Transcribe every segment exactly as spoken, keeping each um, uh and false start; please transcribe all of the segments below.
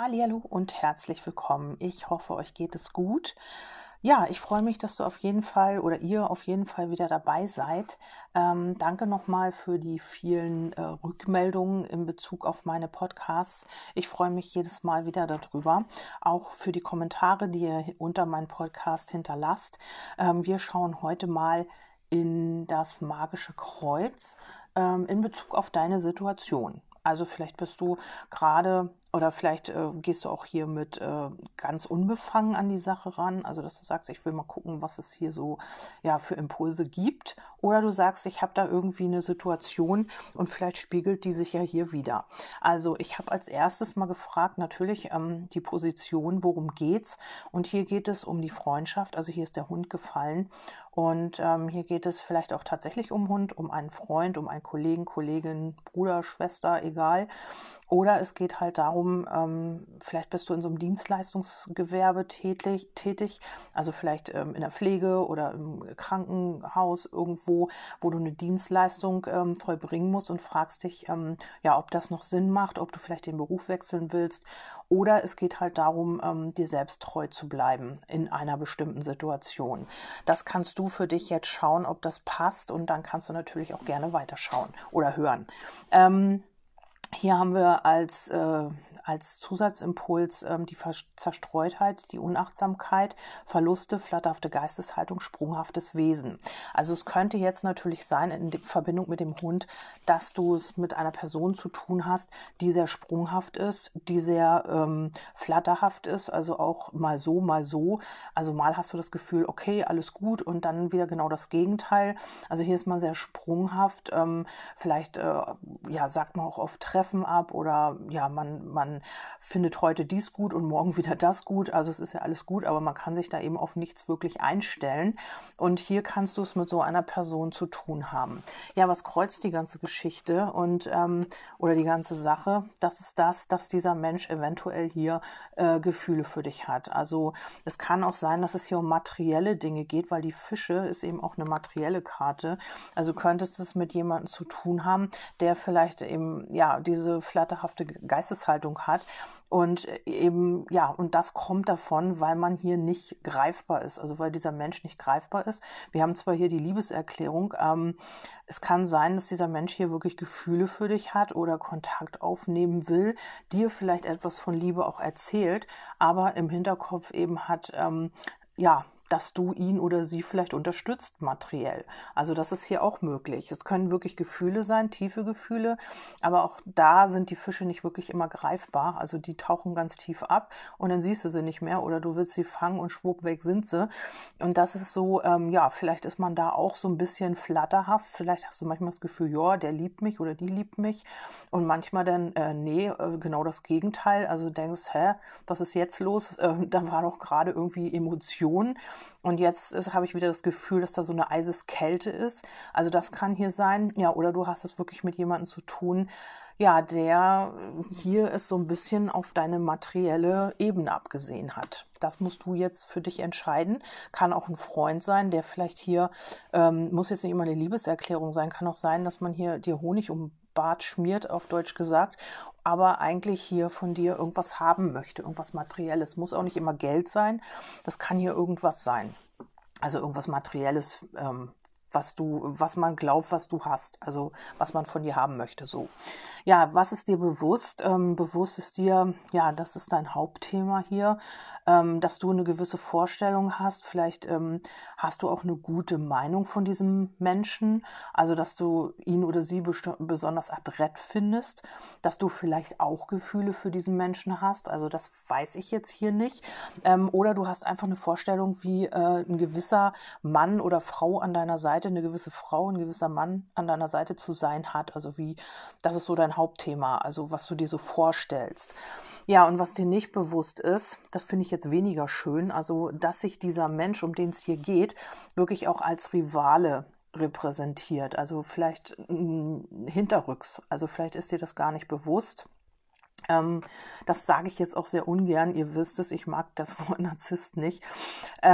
Hallihallo und herzlich willkommen. Ich hoffe, euch geht es gut. Ja, ich freue mich, dass du auf jeden Fall oder ihr auf jeden Fall wieder dabei seid. Ähm, danke nochmal für die vielen äh, Rückmeldungen in Bezug auf meine Podcasts. Ich freue mich jedes Mal wieder darüber. Auch für die Kommentare, die ihr unter meinem Podcast hinterlasst. Ähm, wir schauen heute mal in das magische Kreuz ähm, in Bezug auf deine Situation. Also vielleicht bist du gerade oder vielleicht äh, gehst du auch hier mit äh, ganz unbefangen an die Sache ran. Also dass du sagst, ich will mal gucken, was es hier so ja, für Impulse gibt. Oder du sagst, ich habe da irgendwie eine Situation und vielleicht spiegelt die sich ja hier wieder. Also ich habe als erstes mal gefragt, natürlich ähm, die Position, worum geht's? Und hier geht es um die Freundschaft. Also hier ist der Hund gefallen. Und ähm, hier geht es vielleicht auch tatsächlich um Hund, um einen Freund, um einen Kollegen, Kollegin, Bruder, Schwester, egal. Oder es geht halt darum, ähm, vielleicht bist du in so einem Dienstleistungsgewerbe tätig, tätig also vielleicht ähm, in der Pflege oder im Krankenhaus irgendwo, wo du eine Dienstleistung ähm, vollbringen musst und fragst dich, ähm, ja, ob das noch Sinn macht, ob du vielleicht den Beruf wechseln willst. Oder es geht halt darum, ähm, dir selbst treu zu bleiben in einer bestimmten Situation. Das kannst du für dich jetzt schauen, ob das passt und dann kannst du natürlich auch gerne weiterschauen oder hören. Ähm, Hier haben wir als, äh, als Zusatzimpuls ähm, die Ver Zerstreutheit, die Unachtsamkeit, Verluste, flatterhafte Geisteshaltung, sprunghaftes Wesen. Also es könnte jetzt natürlich sein, in Verbindung mit dem Hund, dass du es mit einer Person zu tun hast, die sehr sprunghaft ist, die sehr ähm, flatterhaft ist, also auch mal so, mal so. Also mal hast du das Gefühl, okay, alles gut und dann wieder genau das Gegenteil. Also hier ist man sehr sprunghaft, ähm, vielleicht äh, ja, sagt man auch oft Treffen ab oder ja, man, man findet heute dies gut und morgen wieder das gut. Also es ist ja alles gut, aber man kann sich da eben auf nichts wirklich einstellen. Und hier kannst du es mit so einer Person zu tun haben. Ja, was kreuzt die ganze Geschichte und ähm, oder die ganze Sache? Das ist das, dass dieser Mensch eventuell hier äh, Gefühle für dich hat. Also es kann auch sein, dass es hier um materielle Dinge geht, weil die Fische ist eben auch eine materielle Karte. Also könntest du es mit jemandem zu tun haben, der vielleicht eben ja diese flatterhafte Geisteshaltung hat und eben ja und das kommt davon, weil man hier nicht greifbar ist, also weil dieser Mensch nicht greifbar ist. Wir haben zwar hier die Liebeserklärung, ähm, es kann sein, dass dieser Mensch hier wirklich Gefühle für dich hat oder Kontakt aufnehmen will, dir vielleicht etwas von Liebe auch erzählt, aber im Hinterkopf eben hat ähm, ja dass du ihn oder sie vielleicht unterstützt materiell. Also das ist hier auch möglich. Es können wirklich Gefühle sein, tiefe Gefühle, aber auch da sind die Fische nicht wirklich immer greifbar. Also die tauchen ganz tief ab und dann siehst du sie nicht mehr oder du willst sie fangen und schwupp, weg sind sie. Und das ist so, ähm, ja, vielleicht ist man da auch so ein bisschen flatterhaft. Vielleicht hast du manchmal das Gefühl, ja, der liebt mich oder die liebt mich. Und manchmal dann, äh, nee, äh, genau das Gegenteil. Also denkst, hä, was ist jetzt los? Äh, da war doch gerade irgendwie Emotion. Und jetzt habe ich wieder das Gefühl, dass da so eine Eiseskälte ist. Also das kann hier sein. Ja, oder du hast es wirklich mit jemandem zu tun, ja, der hier es so ein bisschen auf deine materielle Ebene abgesehen hat. Das musst du jetzt für dich entscheiden. Kann auch ein Freund sein, der vielleicht hier, ähm, muss jetzt nicht immer eine Liebeserklärung sein, kann auch sein, dass man hier dir Honig um Bart schmiert, auf Deutsch gesagt, aber eigentlich hier von dir irgendwas haben möchte, irgendwas Materielles. Muss auch nicht immer Geld sein, das kann hier irgendwas sein. Also irgendwas Materielles, ähm, was du, was man glaubt, was du hast, also was man von dir haben möchte, so. Ja, was ist dir bewusst? Ähm, bewusst ist dir, ja, das ist dein Hauptthema hier, ähm, dass du eine gewisse Vorstellung hast. Vielleicht ähm, hast du auch eine gute Meinung von diesem Menschen, also dass du ihn oder sie besti- besonders adrett findest, dass du vielleicht auch Gefühle für diesen Menschen hast. Also das weiß ich jetzt hier nicht. Ähm, oder du hast einfach eine Vorstellung, wie äh, ein gewisser Mann oder Frau an deiner Seite, eine gewisse Frau, ein gewisser Mann an deiner Seite zu sein hat. Also wie, das ist so dein Hauptthema, also was du dir so vorstellst. Ja, und was dir nicht bewusst ist, das finde ich jetzt weniger schön, also dass sich dieser Mensch, um den es hier geht, wirklich auch als Rivale repräsentiert. Also vielleicht mh, hinterrücks, also vielleicht ist dir das gar nicht bewusst. Ähm, das sage ich jetzt auch sehr ungern, ihr wisst es, ich mag das Wort Narzisst nicht.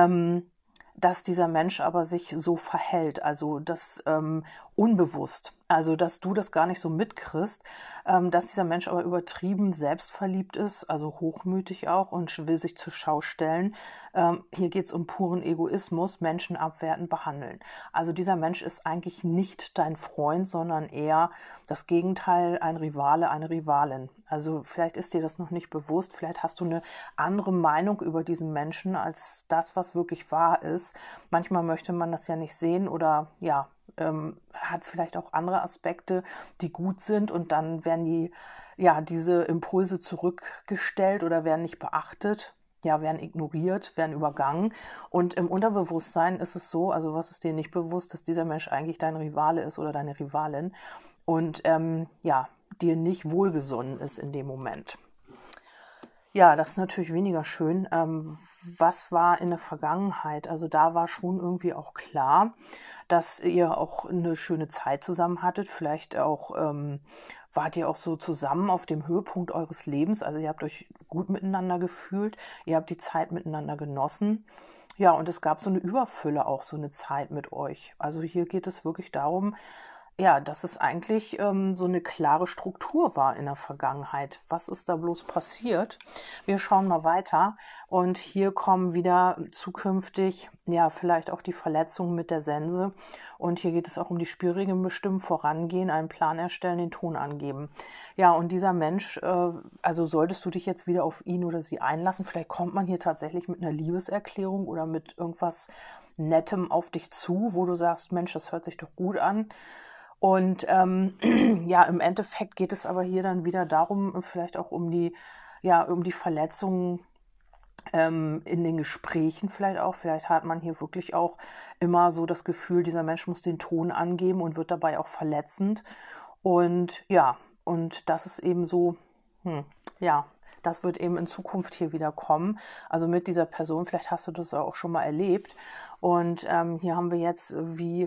Ähm, dass dieser Mensch aber sich so verhält, also das ähm, unbewusst. Also, dass du das gar nicht so mitkriegst, ähm, dass dieser Mensch aber übertrieben selbstverliebt ist, also hochmütig auch und sch- will sich zur Schau stellen. Ähm, hier geht es um puren Egoismus, Menschen abwertend behandeln. Also dieser Mensch ist eigentlich nicht dein Freund, sondern eher das Gegenteil, ein Rivale, eine Rivalin. Also vielleicht ist dir das noch nicht bewusst, vielleicht hast du eine andere Meinung über diesen Menschen als das, was wirklich wahr ist. Manchmal möchte man das ja nicht sehen oder ja, ähm, hat vielleicht auch andere Aspekte, die gut sind und dann werden die, ja, diese Impulse zurückgestellt oder werden nicht beachtet, ja, werden ignoriert, werden übergangen. Und im Unterbewusstsein ist es so, also was ist dir nicht bewusst, dass dieser Mensch eigentlich dein Rivale ist oder deine Rivalin und ähm, ja, dir nicht wohlgesonnen ist in dem Moment. Ja, das ist natürlich weniger schön. Ähm, was war in der Vergangenheit? Also da war schon irgendwie auch klar, dass ihr auch eine schöne Zeit zusammen hattet. Vielleicht auch ähm, wart ihr auch so zusammen auf dem Höhepunkt eures Lebens. Also ihr habt euch gut miteinander gefühlt. Ihr habt die Zeit miteinander genossen. Ja, und es gab so eine Überfülle auch, so eine Zeit mit euch. Also hier geht es wirklich darum, ja, dass es eigentlich ähm, so eine klare Struktur war in der Vergangenheit. Was ist da bloß passiert? Wir schauen mal weiter und hier kommen wieder zukünftig, ja, vielleicht auch die Verletzungen mit der Sense und hier geht es auch um die Spielregeln bestimmen, vorangehen, einen Plan erstellen, den Ton angeben. Ja, und dieser Mensch, äh, also solltest du dich jetzt wieder auf ihn oder sie einlassen, vielleicht kommt man hier tatsächlich mit einer Liebeserklärung oder mit irgendwas Nettem auf dich zu, wo du sagst, Mensch, das hört sich doch gut an. Und ähm, ja, im Endeffekt geht es aber hier dann wieder darum, vielleicht auch um die, ja, um die Verletzungen ähm, in den Gesprächen vielleicht auch. Vielleicht hat man hier wirklich auch immer so das Gefühl, dieser Mensch muss den Ton angeben und wird dabei auch verletzend. Und ja, und das ist eben so, hm, ja, das wird eben in Zukunft hier wieder kommen. Also mit dieser Person, vielleicht hast du das auch schon mal erlebt. Und ähm, hier haben wir jetzt, wie,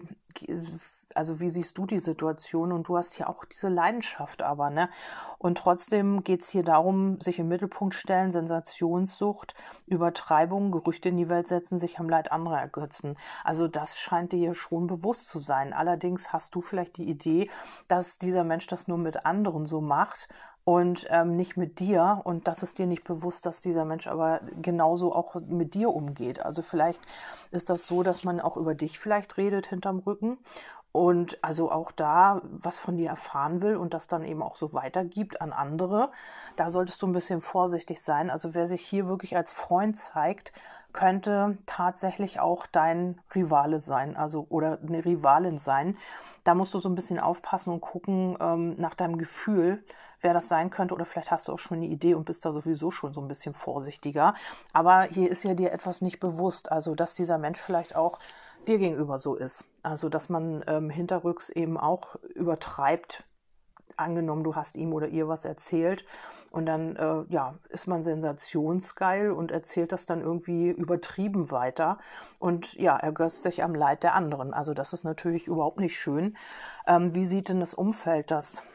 also wie siehst du die Situation? Und du hast hier auch diese Leidenschaft aber, ne? Und trotzdem geht es hier darum, sich im Mittelpunkt stellen, Sensationssucht, Übertreibung, Gerüchte in die Welt setzen, sich am Leid anderer ergötzen. Also das scheint dir hier schon bewusst zu sein. Allerdings hast du vielleicht die Idee, dass dieser Mensch das nur mit anderen so macht und ähm, nicht mit dir. Und das ist dir nicht bewusst, dass dieser Mensch aber genauso auch mit dir umgeht. Also vielleicht ist das so, dass man auch über dich vielleicht redet hinterm Rücken und also auch da was von dir erfahren will und das dann eben auch so weitergibt an andere. Da solltest du ein bisschen vorsichtig sein. Also wer sich hier wirklich als Freund zeigt, könnte tatsächlich auch dein Rivale sein, also oder eine Rivalin sein. Da musst du so ein bisschen aufpassen und gucken ähm, nach deinem Gefühl, wer das sein könnte. Oder vielleicht hast du auch schon eine Idee und bist da sowieso schon so ein bisschen vorsichtiger. Aber hier ist ja dir etwas nicht bewusst, also dass dieser Mensch vielleicht auch dir gegenüber so ist. Also dass man ähm, hinterrücks eben auch übertreibt. Angenommen, du hast ihm oder ihr was erzählt und dann äh, ja, ist man sensationsgeil und erzählt das dann irgendwie übertrieben weiter und ja, ergötzt sich am Leid der anderen. Also das ist natürlich überhaupt nicht schön. Ähm, wie sieht denn das Umfeld das?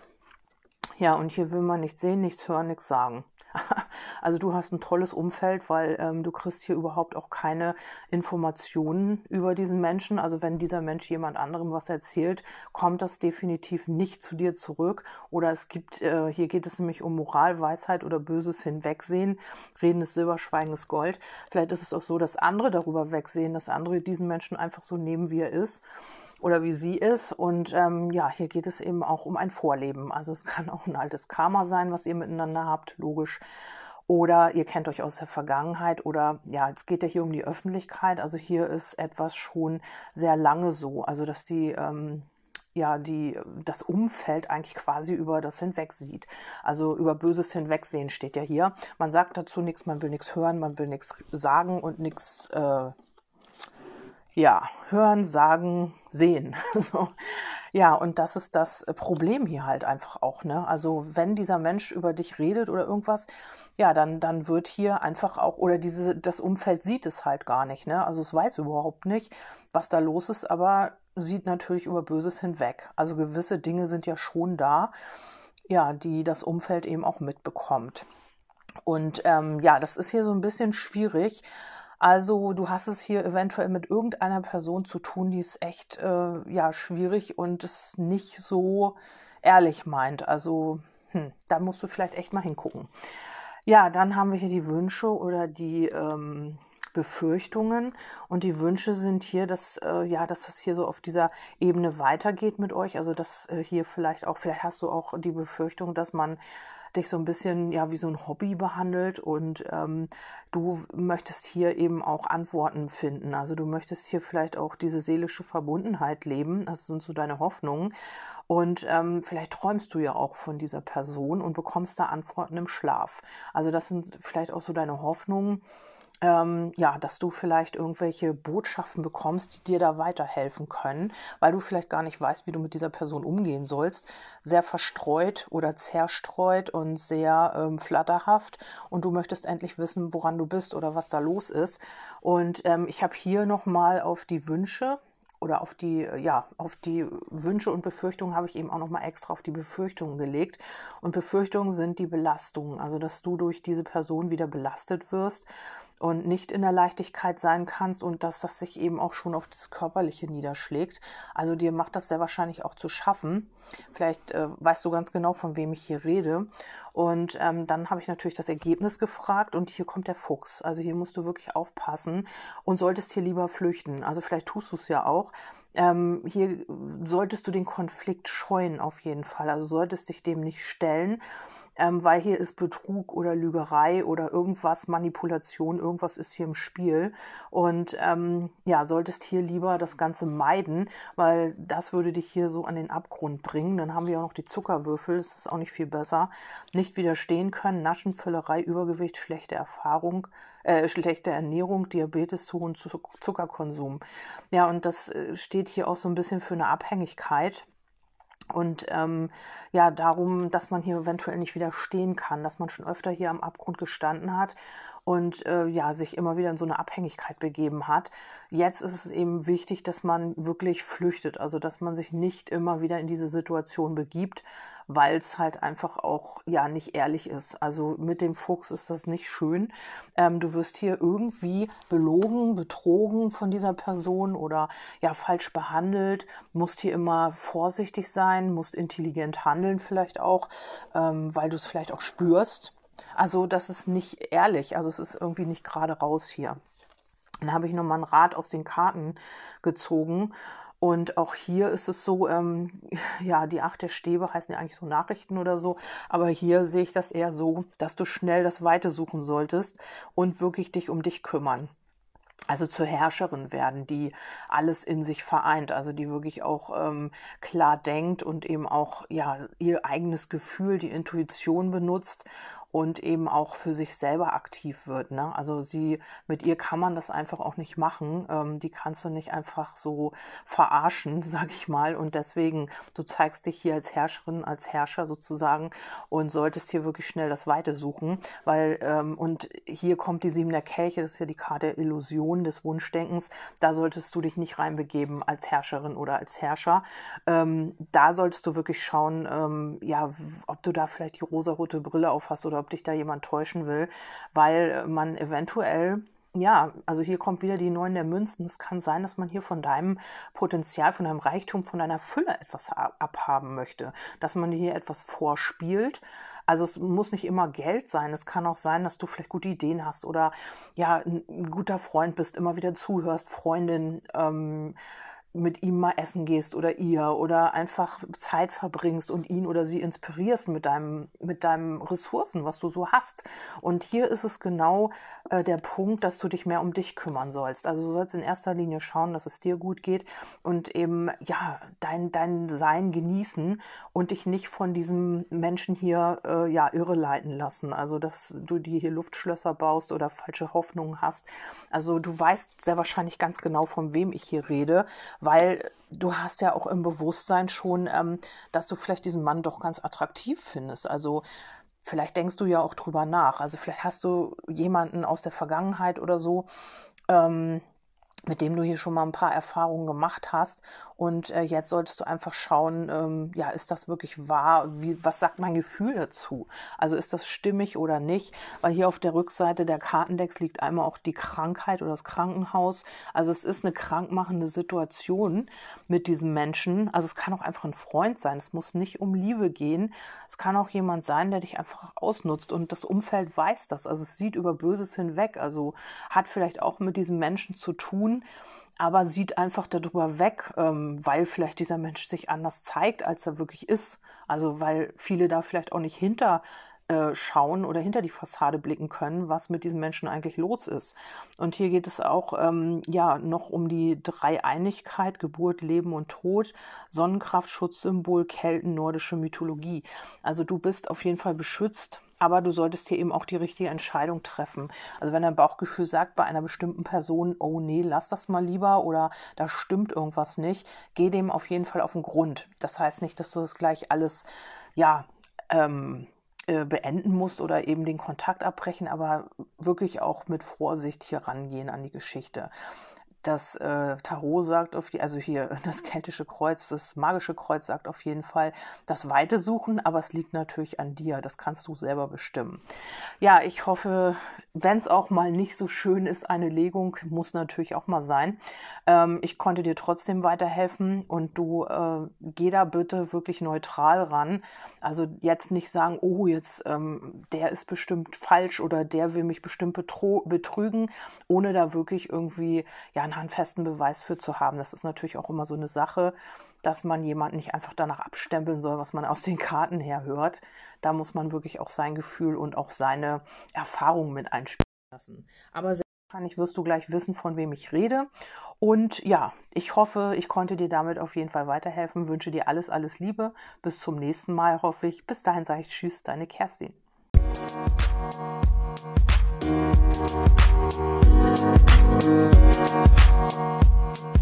Ja, und hier will man nichts sehen, nichts hören, nichts sagen. Also du hast ein tolles Umfeld, weil ähm, du kriegst hier überhaupt auch keine Informationen über diesen Menschen. Also wenn dieser Mensch jemand anderem was erzählt, kommt das definitiv nicht zu dir zurück. Oder es gibt, äh, hier geht es nämlich um Moral, Weisheit oder böses Hinwegsehen. Reden ist Silber, Schweigen ist Gold. Vielleicht ist es auch so, dass andere darüber wegsehen, dass andere diesen Menschen einfach so nehmen, wie er ist oder wie sie ist. Und ähm, ja, hier geht es eben auch um ein Vorleben. Also es kann auch ein altes Karma sein, was ihr miteinander habt, logisch. Oder ihr kennt euch aus der Vergangenheit oder ja, es geht ja hier um die Öffentlichkeit. Also hier ist etwas schon sehr lange so. Also dass die ähm, ja, die, das Umfeld eigentlich quasi über das hinwegsieht. Also über Böses hinwegsehen steht ja hier. Man sagt dazu nichts, man will nichts hören, man will nichts sagen und nichts äh, ja, hören, sagen, sehen. So. Ja, und das ist das Problem hier halt einfach auch, ne? Also wenn dieser Mensch über dich redet oder irgendwas, ja, dann, dann wird hier einfach auch, oder diese, das Umfeld sieht es halt gar nicht, ne? Also es weiß überhaupt nicht, was da los ist, aber sieht natürlich über Böses hinweg. Also gewisse Dinge sind ja schon da, ja, die das Umfeld eben auch mitbekommt. Und ähm, ja, das ist hier so ein bisschen schwierig. Also du hast es hier eventuell mit irgendeiner Person zu tun, die es echt äh, ja, schwierig und es nicht so ehrlich meint. Also hm, da musst du vielleicht echt mal hingucken. Ja, dann haben wir hier die Wünsche oder die ähm, Befürchtungen. Und die Wünsche sind hier, dass, äh, ja, dass das hier so auf dieser Ebene weitergeht mit euch. Also dass äh, hier vielleicht auch, vielleicht hast du auch die Befürchtung, dass man dich so ein bisschen ja wie so ein Hobby behandelt und ähm, du möchtest hier eben auch Antworten finden. Also du möchtest hier vielleicht auch diese seelische Verbundenheit leben. Das sind so deine Hoffnungen. Und ähm, vielleicht träumst du ja auch von dieser Person und bekommst da Antworten im Schlaf. Also das sind vielleicht auch so deine Hoffnungen, ähm, ja, dass du vielleicht irgendwelche Botschaften bekommst, die dir da weiterhelfen können, weil du vielleicht gar nicht weißt, wie du mit dieser Person umgehen sollst. Sehr verstreut oder zerstreut und sehr ähm, flatterhaft. Und du möchtest endlich wissen, woran du bist oder was da los ist. Und ähm, ich habe hier nochmal auf die Wünsche oder auf die, ja, auf die Wünsche und Befürchtungen habe ich eben auch nochmal extra auf die Befürchtungen gelegt. Und Befürchtungen sind die Belastungen, also dass du durch diese Person wieder belastet wirst und nicht in der Leichtigkeit sein kannst und dass das sich eben auch schon auf das Körperliche niederschlägt. Also dir macht das sehr wahrscheinlich auch zu schaffen. Vielleicht äh, weißt du ganz genau, von wem ich hier rede. Und ähm, dann habe ich natürlich das Ergebnis gefragt und hier kommt der Fuchs. Also hier musst du wirklich aufpassen und solltest hier lieber flüchten. Also vielleicht tust du es ja auch. Ähm, hier solltest du den Konflikt scheuen auf jeden Fall. Also solltest dich dem nicht stellen, ähm, weil hier ist Betrug oder Lügerei oder irgendwas, Manipulation, irgendwas ist hier im Spiel. Und ähm, ja, solltest hier lieber das Ganze meiden, weil das würde dich hier so an den Abgrund bringen. Dann haben wir auch noch die Zuckerwürfel, das ist auch nicht viel besser. Nicht widerstehen können, Naschen, Völlerei, Übergewicht, schlechte Erfahrung, äh, schlechte Ernährung, Diabetes, zu hohen Zuckerkonsum. Ja, und das äh, steht hier auch so ein bisschen für eine Abhängigkeit. Und ähm, ja, darum, dass man hier eventuell nicht widerstehen kann, dass man schon öfter hier am Abgrund gestanden hat und äh, ja, sich immer wieder in so eine Abhängigkeit begeben hat. Jetzt ist es eben wichtig, dass man wirklich flüchtet, also dass man sich nicht immer wieder in diese Situation begibt, weil es halt einfach auch ja nicht ehrlich ist. Also mit dem Fuchs ist das nicht schön. Ähm, du wirst hier irgendwie belogen, betrogen von dieser Person oder ja falsch behandelt, musst hier immer vorsichtig sein, musst intelligent handeln vielleicht auch, ähm, weil du es vielleicht auch spürst. Also das ist nicht ehrlich, also es ist irgendwie nicht gerade raus hier. Dann habe ich nochmal einen Rat aus den Karten gezogen. Und auch hier ist es so, ähm, ja, die Acht der Stäbe heißen ja eigentlich so Nachrichten oder so. Aber hier sehe ich das eher so, dass du schnell das Weite suchen solltest und wirklich dich um dich kümmern. Also zur Herrscherin werden, die alles in sich vereint, also die wirklich auch ähm, klar denkt und eben auch ja ihr eigenes Gefühl, die Intuition benutzt und eben auch für sich selber aktiv wird. Ne? Also sie, mit ihr kann man das einfach auch nicht machen. Ähm, die kannst du nicht einfach so verarschen, sag ich mal. Und deswegen, du zeigst dich hier als Herrscherin, als Herrscher sozusagen und solltest hier wirklich schnell das Weite suchen, weil ähm, und hier kommt die Sieben der Kelche, das ist ja die Karte der Illusion, des Wunschdenkens. Da solltest du dich nicht reinbegeben als Herrscherin oder als Herrscher. Ähm, da solltest du wirklich schauen, ähm, ja, ob du da vielleicht die rosarote Brille auf hast oder ob dich da jemand täuschen will, weil man eventuell, ja, also hier kommt wieder die Neun der Münzen. Es kann sein, dass man hier von deinem Potenzial, von deinem Reichtum, von deiner Fülle etwas abhaben möchte, dass man dir hier etwas vorspielt. Also es muss nicht immer Geld sein. Es kann auch sein, dass du vielleicht gute Ideen hast oder ja, ein guter Freund bist, immer wieder zuhörst, Freundin, ähm, mit ihm mal essen gehst oder ihr oder einfach Zeit verbringst und ihn oder sie inspirierst mit deinem, mit deinem Ressourcen, was du so hast. Und hier ist es genau äh, der Punkt, dass du dich mehr um dich kümmern sollst. Also du sollst in erster Linie schauen, dass es dir gut geht und eben ja dein, dein Sein genießen und dich nicht von diesem Menschen hier äh, ja irreleiten lassen. Also dass du dir hier Luftschlösser baust oder falsche Hoffnungen hast. Also du weißt sehr wahrscheinlich ganz genau, von wem ich hier rede, weil du hast ja auch im Bewusstsein schon, ähm, dass du vielleicht diesen Mann doch ganz attraktiv findest. Also vielleicht denkst du ja auch drüber nach. Also vielleicht hast du jemanden aus der Vergangenheit oder so, ähm, mit dem du hier schon mal ein paar Erfahrungen gemacht hast. Und äh, jetzt solltest du einfach schauen, ähm, ja, ist das wirklich wahr? Wie, was sagt mein Gefühl dazu? Also ist das stimmig oder nicht? Weil hier auf der Rückseite der Kartendecks liegt einmal auch die Krankheit oder das Krankenhaus. Also es ist eine krankmachende Situation mit diesem Menschen. Also es kann auch einfach ein Freund sein. Es muss nicht um Liebe gehen. Es kann auch jemand sein, der dich einfach ausnutzt. Und das Umfeld weiß das. Also es sieht über Böses hinweg. Also hat vielleicht auch mit diesem Menschen zu tun, aber sieht einfach darüber weg, ähm, weil vielleicht dieser Mensch sich anders zeigt, als er wirklich ist. Also weil viele da vielleicht auch nicht hinter äh, schauen oder hinter die Fassade blicken können, was mit diesem Menschen eigentlich los ist. Und hier geht es auch ähm, ja noch um die Dreieinigkeit: Geburt, Leben und Tod, Sonnenkraft, Schutzsymbol, Kelten, nordische Mythologie. Also du bist auf jeden Fall beschützt. Aber du solltest hier eben auch die richtige Entscheidung treffen. Also wenn dein Bauchgefühl sagt bei einer bestimmten Person, oh nee, lass das mal lieber oder da stimmt irgendwas nicht, geh dem auf jeden Fall auf den Grund. Das heißt nicht, dass du das gleich alles, ja, ähm, äh, beenden musst oder eben den Kontakt abbrechen, aber wirklich auch mit Vorsicht hier rangehen an die Geschichte. Das äh, Tarot sagt auf die, also hier das keltische Kreuz, das magische Kreuz sagt auf jeden Fall das Weite suchen, aber es liegt natürlich an dir. Das kannst du selber bestimmen. Ja, ich hoffe, wenn es auch mal nicht so schön ist, eine Legung muss natürlich auch mal sein. Ähm, ich konnte dir trotzdem weiterhelfen und du äh, geh da bitte wirklich neutral ran. Also jetzt nicht sagen, oh, jetzt ähm, der ist bestimmt falsch oder der will mich bestimmt betro- betrügen, ohne da wirklich irgendwie ja einen handfesten Beweis für zu haben. Das ist natürlich auch immer so eine Sache, dass man jemanden nicht einfach danach abstempeln soll, was man aus den Karten her hört. Da muss man wirklich auch sein Gefühl und auch seine Erfahrungen mit einspielen lassen. Aber sehr wahrscheinlich wirst du gleich wissen, von wem ich rede. Und ja, ich hoffe, ich konnte dir damit auf jeden Fall weiterhelfen. Wünsche dir alles, alles Liebe. Bis zum nächsten Mal, hoffe ich. Bis dahin sage ich Tschüss, deine Kerstin. Thank you.